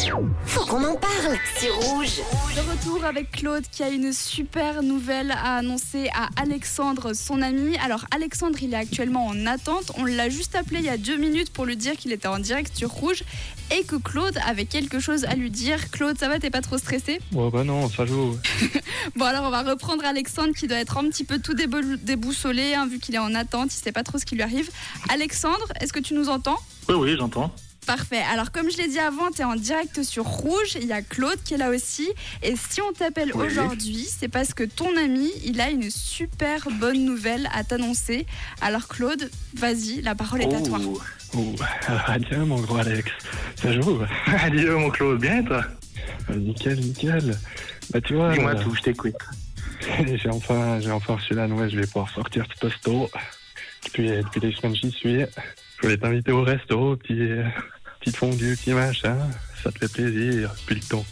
Faut qu'on en parle, c'est Rouge. De retour avec Claude qui a une super nouvelle à annoncer à Alexandre, son ami. Alors Alexandre, il est actuellement en attente. On l'a juste appelé il y a 2 minutes pour lui dire qu'il était en direct sur Rouge et que Claude avait quelque chose à lui dire. Claude, ça va, t'es pas trop stressé? Ouais, bah non, ça joue. Bon, alors on va reprendre Alexandre qui doit être un petit peu tout déboussolé vu qu'il est en attente, il sait pas trop ce qui lui arrive. Alexandre, est-ce que tu nous entends? Oui, j'entends. Parfait. Alors, comme je l'ai dit avant, tu es en direct sur Rouge. Il y a Claude qui est là aussi. Et si on t'appelle aujourd'hui, c'est parce que ton ami, il a une super bonne nouvelle à t'annoncer. Alors, Claude, vas-y, la parole est à toi. Adieu, mon gros Alex. Ça joue. Adieu, mon Claude. Bien, toi? Nickel. Bah, tu vois. Dis-moi tout, je t'écoute. J'ai enfin reçu la nouvelle. Je vais pouvoir sortir du posto. Depuis des semaines, j'y suis. Je voulais t'inviter au resto, petite fondue, petit machin. Ça te fait plaisir, depuis le temps.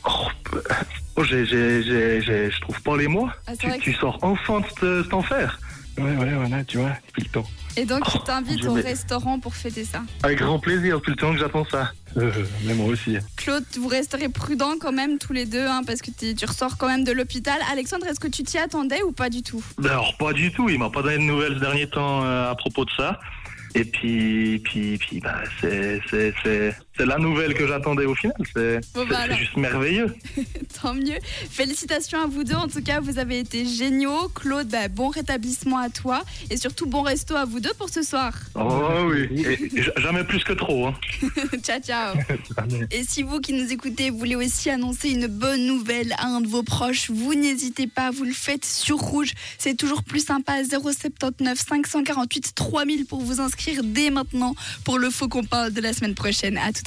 Je trouve pas les mots. Ah, tu sors enfin de cet enfer. Ouais, voilà, tu vois, depuis le temps. Et donc, il t'invite au restaurant pour fêter ça. Avec grand plaisir, depuis le temps que j'attends ça. Mais moi aussi. Claude, vous resterez prudents quand même tous les deux, parce que tu ressors quand même de l'hôpital. Alexandre, est-ce que tu t'y attendais ou pas du tout? Alors, pas du tout. Il m'a pas donné de nouvelles ces derniers temps à propos de ça. Et puis, bah, c'est la nouvelle que j'attendais au final. C'est juste merveilleux. Tant mieux. Félicitations à vous deux. En tout cas, vous avez été géniaux. Claude, bon rétablissement à toi. Et surtout, bon resto à vous deux pour ce soir. Oh oui. Et jamais plus que trop. Ciao. Et si vous qui nous écoutez voulez aussi annoncer une bonne nouvelle à un de vos proches, vous n'hésitez pas, vous le faites sur Rouge. C'est toujours plus sympa. 079 548 3000 pour vous inscrire dès maintenant pour le Faut qu'on parle de la semaine prochaine. À tout à l'heure.